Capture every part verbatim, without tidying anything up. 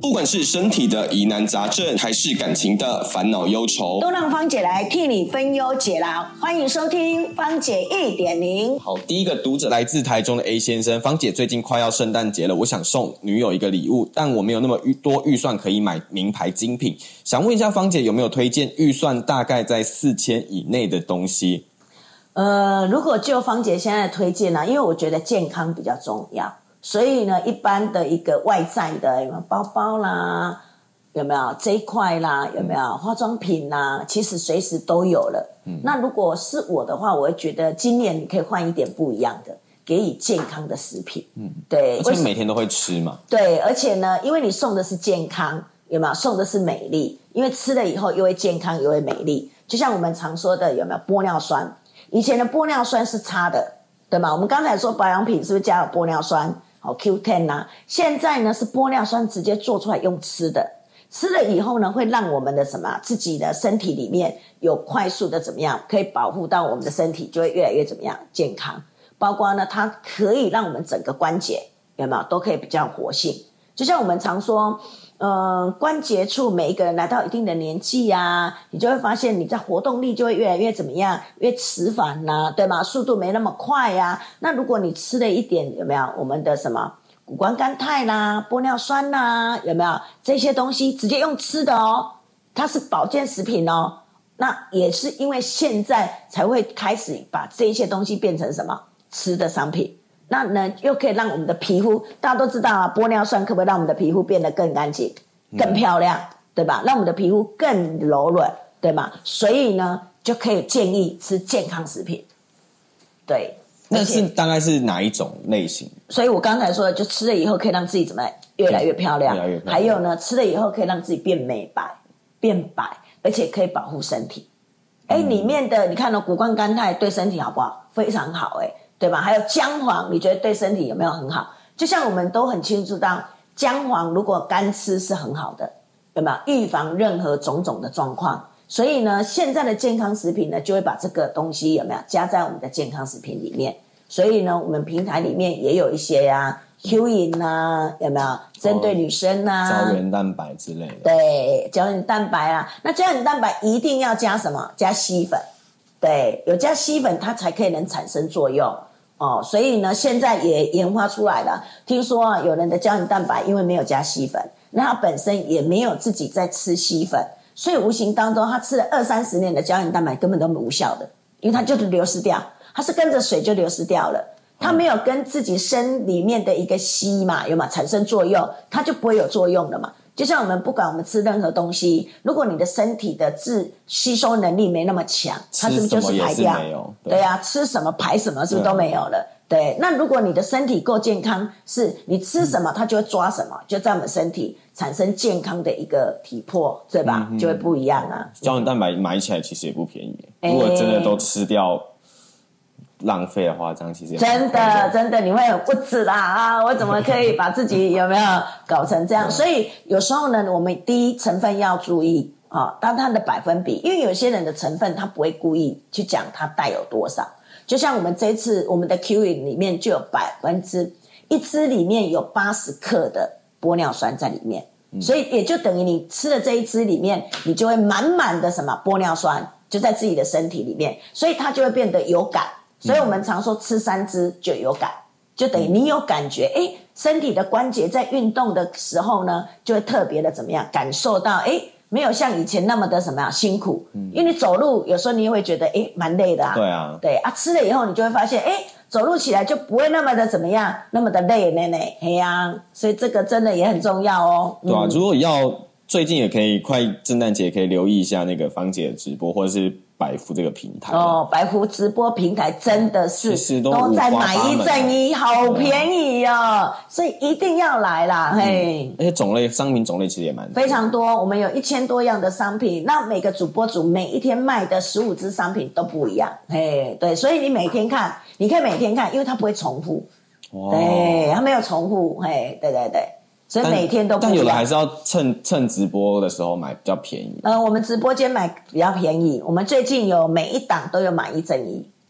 不管是身体的疑难杂症，还是感情的烦恼忧愁， 都让芳姐来替你分忧解劳。欢迎收听芳姐 一点零。 好，第一个读者来自台中的 A 先生，芳姐最近快要圣诞节了，我想送女友一个礼物，但我没有那么多预算可以买名牌精品，想问一下芳姐有没有推荐预算大概在四千以内的东西？ 呃，如果就芳姐现在的推荐呢、啊，因为我觉得健康比较重要，所以呢，一般的一个外在的有没有包包啦，有没有这一块啦，有没有化妆品啦，其实随时都有了。嗯、那如果是我的话，我会觉得今年你可以换一点不一样的，给予健康的食品。嗯，对， 而且每天都会吃嘛。 对，而且呢，因为你送的是健康，有没有送的是美丽？因为吃了以后又会健康又会美丽，就像我们常说的，有没有玻尿酸？以前的玻尿酸是擦的，对吗？我们刚才说保养品是不是加了玻尿酸？好 Q 十 啊，现在呢是玻尿酸直接做出来用吃的，吃了以后呢会让我们的什么自己的身体里面有快速的怎么样，可以保护到我们的身体就会越来越怎么样健康，包括呢它可以让我们整个关节有没有都可以比较活性，就像我们常说呃，关节处每一个人来到一定的年纪啊，你就会发现你在活动力就会越来越怎么样，越迟缓啊，对吗？速度没那么快啊。那如果你吃了一点有没有我们的什么谷胱甘肽啦、玻尿酸啦，有没有这些东西直接用吃的哦，它是保健食品哦。那也是因为现在才会开始把这些东西变成什么吃的商品。那呢，又可以让我们的皮肤，大家都知道啊，玻尿酸可不可以让我们的皮肤变得更干净、更漂亮，嗯、对吧？让我们的皮肤更柔软，对吧？所以呢，就可以建议吃健康食品。对， 那是大概是哪一种类型？ 所以我刚才说的，就吃了以后可以让自己怎么越来越漂亮，越来越漂亮。还有呢，吃了以后可以让自己变美白、变白，而且可以保护身体。哎、嗯，里面的你看到、哦、谷胱甘肽对身体好不好？非常好，哎。对吧？还有姜黄，你觉得对身体有没有很好？就像我们都很清楚到，姜黄如果干吃是很好的，有没有预防任何种种的状况？所以呢，现在的健康食品呢，就会把这个东西有没有加在我们的健康食品里面？所以呢，我们平台里面也有一些啊 ，Q 饮啊，有没有针对女生啊？ 胶原蛋白之类的。 对，胶原蛋白啊，那胶原蛋白一定要加什么？加硒粉。对，有加硒粉，它才可以能产生作用。哦，所以呢，现在也研发出来了。听说啊，有人的胶原蛋白因为没有加硒粉，那他本身也没有自己在吃硒粉，所以无形当中他吃了二三十年的胶原蛋白根本都无效的，因为它就是流失掉，它是跟着水就流失掉了，它没有跟自己身里面的一个硒嘛，有嘛产生作用，它就不会有作用了嘛。就像我们不管我们吃任何东西，如果你的身体的自吸收能力没那么强，它是不是就是排掉？对, 对啊，吃什么排什么是不是都没有了？对，那如果你的身体够健康，是你吃什么它就会抓什么，就在我们身体产生健康的一个体魄，对吧？嗯、就会不一样啊。 胶原蛋白买起来其实也不便宜，如果真的都吃掉。浪费的话，这样其实也真的真的你会很不耻啦啊！我怎么可以把自己有没有搞成这样？所以有时候呢，我们第一成分要注意啊，当它的百分比，因为有些人的成分他不会故意去讲它带有多少。就像我们这次我们的 Q 饮里面就有百分之一支里面有八十克的玻尿酸在里面，嗯、所以也就等于你吃了这一支里面，你就会满满的什么玻尿酸就在自己的身体里面，所以它就会变得有感。所以我们常说吃三支就有感，就等于你有感觉，诶，身体的关节在运动的时候呢，就会特别的怎么样，感受到，诶，没有像以前那么的什么样辛苦，嗯、因为你走路有时候你也会觉得，诶，蛮累的啊。 对啊， 对啊，吃了以后你就会发现，诶，走路起来就不会那么的怎么样，那么的累呢呢，嘿呀，所以这个真的也很重要哦。 对啊，嗯、如果要最近也可以快圣诞节可以留意一下那个芳姐的直播，或者是。百福这个平台哦，百福直播平台真的是都, 都在买一赠一，好便宜哦，所以一定要来啦，嗯、嘿！ 而且种类商品种类其实也蛮多非常多，我们有一千多样的商品，那每个主播主每一天卖的十五支商品都不一样，嘿，对，所以你每天看，你可以每天看，因为它不会重复，对，它没有重复，嘿，对对对。所以每天都不一样， 但有的还是要趁趁直播的时候买比较便宜。 呃，我们直播间买比较便宜，我们最近有每一档都有买一赠一。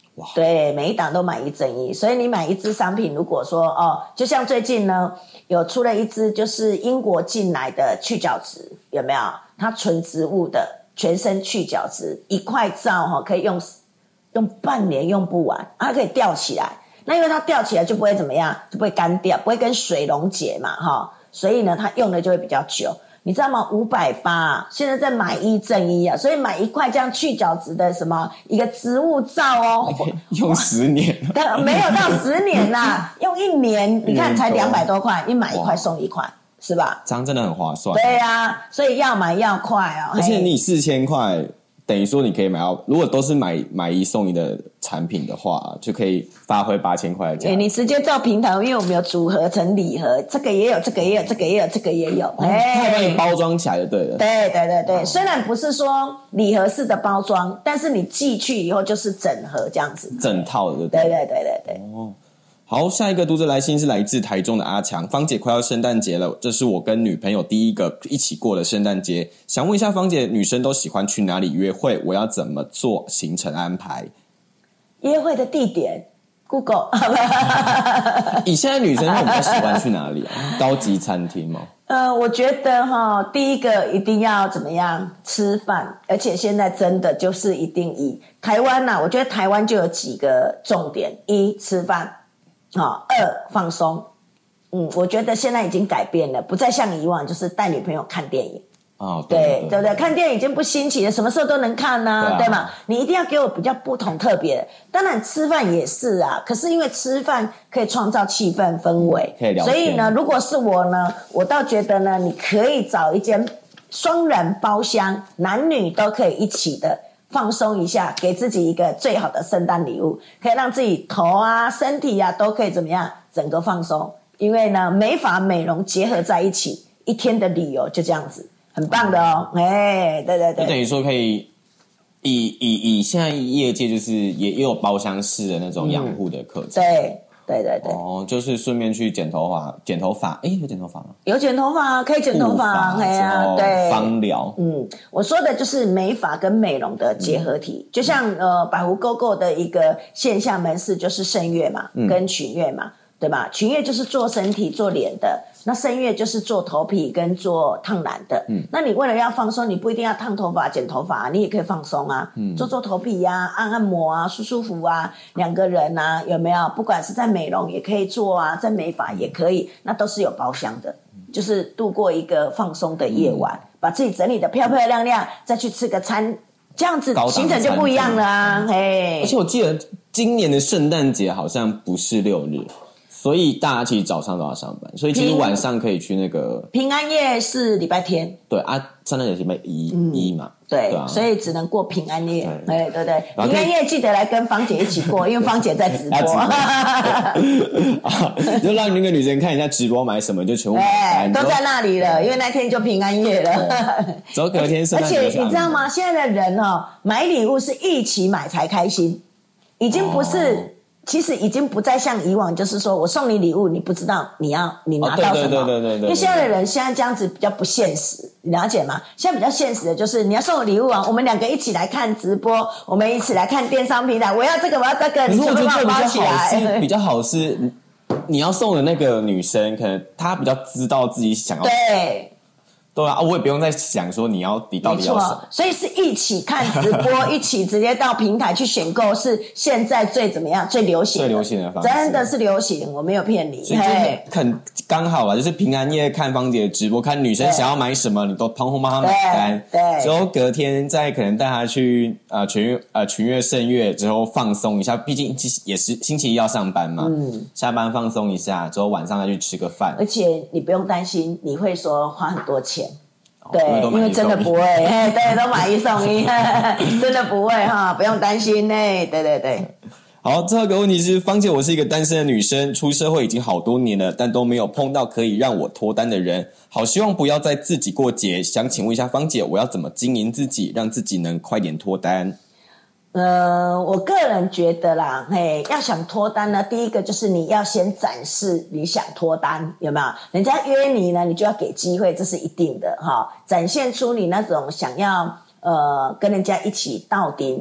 对，每一档都买一赠一，所以你买一支商品，如果说哦，就像最近呢，有出了一支就是英国进来的去角质，有没有？它纯植物的全身去角质，一块皂哈、哦、可以用用半年用不完，它可以吊起来。那因为它吊起来就不会怎么样，就不会干掉，不会跟水溶解嘛哈、哦，所以呢，它用的就会比较久。你知道吗？五百八，现在在买一赠一啊，所以买一块这样去角质的什么一个植物皂哦， 用十年， 但没有到十年啦，用一年，你看才两百多块，你买一块送一块，是吧？ 这样真的很划算。 对啊，所以要买要快哦。 而且你四千块，等于说你可以买到，如果都是买买一送一的产品的话，就可以发挥八千块的价格。 你直接照平台，因为我们有组合成礼盒，这个也有，这个也有，这个也有，这个也有，哎、 它帮你包装起来就对了。 对对对对，虽然不是说礼盒式的包装，但是你寄去以后就是整盒这样子， 整套的就对。 对对对对对。 哦，好，下一个读者来信是来自台中的阿强。芳姐，快要圣诞节了，这是我跟女朋友第一个一起过的圣诞节，想问一下芳姐，女生都喜欢去哪里约会？我要怎么做行程安排？ 约会的地点 Google 以现在女生她比较喜欢去哪里啊？高级餐厅吗？ 呃，我觉得哈，第一个一定要怎么样吃饭，而且现在真的就是一定以台湾呐、啊，我觉得台湾就有几个重点：一吃饭，啊，二放松。嗯，我觉得现在已经改变了，不再像以往就是带女朋友看电影。 哦， 对对对不对？看电影已经不新奇了，什么时候都能看呐、啊， 对啊对吗？你一定要给我比较不同特别的。当然吃饭也是啊，可是因为吃饭可以创造气氛氛围， 可以聊天。 所以呢，如果是我呢，我倒觉得呢，你可以找一间双人包厢，男女都可以一起的。放松一下，给自己一个最好的圣诞礼物，可以让自己头啊、身体啊都可以怎么样，整个放松。因为呢，美发美容结合在一起，一天的旅游就这样子。很棒的哦，哎，对对对， 就等于说可以以以以现在业界就是也也有包厢式的那种养护的课程， 对对对对， 哦，就是顺便去剪头发，剪头发，哎，有剪头发吗？ 有剪头发，可以剪头发，哎呀，对， 芳疗， 嗯，我说的就是美发跟美容的结合体，就像呃百湖沟沟的一个线下门市就是盛月嘛，跟群月嘛。对吧？群月就是做身体、做脸的，那盛月就是做头皮跟做烫染的。嗯，那你为了要放松，你不一定要烫头发、剪头发，你也可以放松啊，嗯，做做头皮呀、啊、按按摩啊、舒舒服啊，两个人啊，有没有？不管是在美容也可以做啊，在美发也可以，那都是有包厢的，就是度过一个放松的夜晚，嗯、把自己整理得漂漂亮亮，再去吃个餐，这样子行程就不一样了啊！嘿， 而且我记得今年的圣诞节好像不是六日。所以大家其实早上都要上班，所以其实晚上可以去那个平安夜是礼拜天， 对啊，圣诞节是礼拜一、嗯、一嘛， 对， 对啊， 所以只能过平安夜，对对对，平安夜记得来跟芳姐一起过，因为芳姐在直播， 啊、就让那个女生看一下直播买什么就全部买单， 都在那里了，因为那天就平安夜了， 走隔天圣诞节， 而且你知道吗？现在的人哦，买礼物是一起买才开心，已经不是。哦其实已经不再像以往，就是说我送你礼物，你不知道你要你拿到什么。 哦、对对对对对对。 因为现在的人现在这样子比较不现实，你了解吗？现在比较现实的就是你要送我礼物啊，我们两个一起来看直播，我们一起来看电商平台，我要这个我要这个，你就会帮我包起来。 比较好是，你要送的那个女生，可能她比较知道自己想要。 对。 对啊，我也不用再想说你要你到底要什么， 所以是一起看直播，一起直接到平台去选购，是现在最怎么样最流行的最流行的方式， 真的是流行，我没有骗你。 所以很刚好吧，就是平安夜看芳姐的直播，看女生想要买什么，你都通通帮她买单。 对， 之后隔天再可能带她去呃群月呃群月盛月之后放松一下，毕竟也是星期一要上班嘛，嗯，下班放松一下，之后晚上再去吃个饭。 而且你不用担心你会说花很多钱。对，因为真的不会，对，都买一送一，真的不会哈，不用担心呢。对对对。 好，最后一个问题是，芳姐，我是一个单身的女生，出社会已经好多年了，但都没有碰到可以让我脱单的人，好希望不要再自己过节。想请问一下芳姐，我要怎么经营自己，让自己能快点脱单？ 呃，我个人觉得啦，嘿，要想脱单呢，第一个就是你要先展示你想脱单，有没有？人家约你呢，你就要给机会，这是一定的哈。展现出你那种想要呃跟人家一起到顶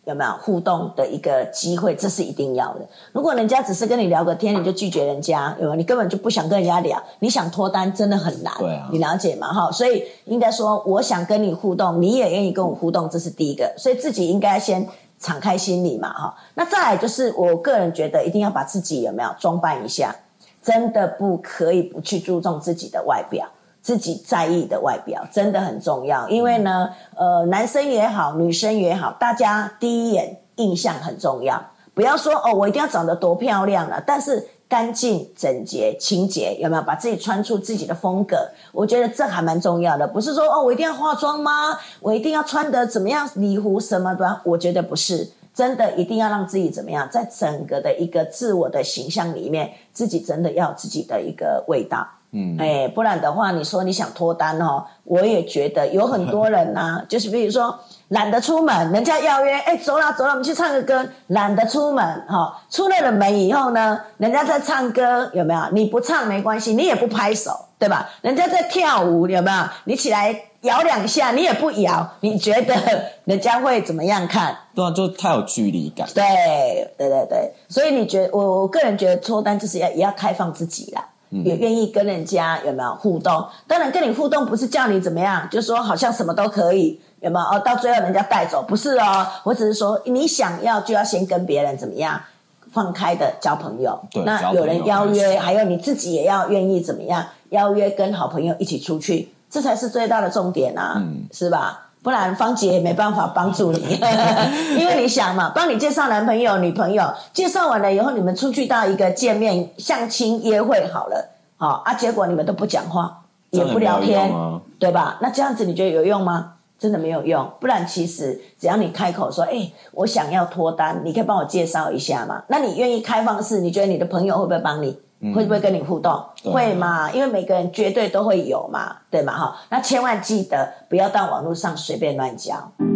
有没有互动的一个机会，这是一定要的。如果人家只是跟你聊个天，你就拒绝人家，有没有？你根本就不想跟人家聊，你想脱单真的很难。 对啊， 你了解吗？哈，所以应该说，我想跟你互动，你也愿意跟我互动，这是第一个。所以自己应该先敞开心理嘛，哈。那再来就是，我个人觉得一定要把自己有没有装扮一下，真的不可以不去注重自己的外表。自己在意的外表真的很重要，因为呢，呃，男生也好，女生也好，大家第一眼印象很重要。不要说哦，我一定要长得多漂亮了，但是干净、整洁、清洁，有没有把自己穿出自己的风格？我觉得这还蛮重要的。不是说哦，我一定要化妆吗？我一定要穿得怎么样礼服什么的？我觉得不是。真的一定要让自己怎么样，在整个的一个自我的形象里面，自己真的要有自己的一个味道。嗯，哎，不然的话，你说你想脱单哦，我也觉得有很多人啊，就是比如说懒得出门，人家邀约，哎，走啦走啦，我们去唱个歌，懒得出门，哈、哦，出了了门以后呢，人家在唱歌，有没有？你不唱没关系，你也不拍手，对吧？人家在跳舞，有没有？你起来摇两下，你也不摇，你觉得人家会怎么样看？ 对啊，就太有距离感。 对对对对，所以你觉得，我我个人觉得脱单就是要也要开放自己啦。也愿意跟人家有没有互动？当然跟你互动不是叫你怎么样，就说好像什么都可以，有没有？哦，到最后人家带走，不是哦。我只是说你想要就要先跟别人怎么样放开的交朋友。 对， 那有人邀约，还有你自己也要愿意怎么样邀约跟好朋友一起出去，这才是最大的重点啊，嗯、是吧？不然芳姐也没办法帮助你因为你想嘛，帮你介绍男朋友女朋友，介绍完了以后你们出去到一个见面相亲约会好了，哦、啊结果你们都不讲话也不聊天、啊、对吧？那这样子你觉得有用吗？真的没有用。不然其实只要你开口说，哎，我想要脱单，你可以帮我介绍一下吗？那你愿意开放式，你觉得你的朋友会不会帮你、嗯、会不会跟你互动？会嘛？因为每个人绝对都会有嘛，对嘛？哈，那千万记得不要到网络上随便乱交。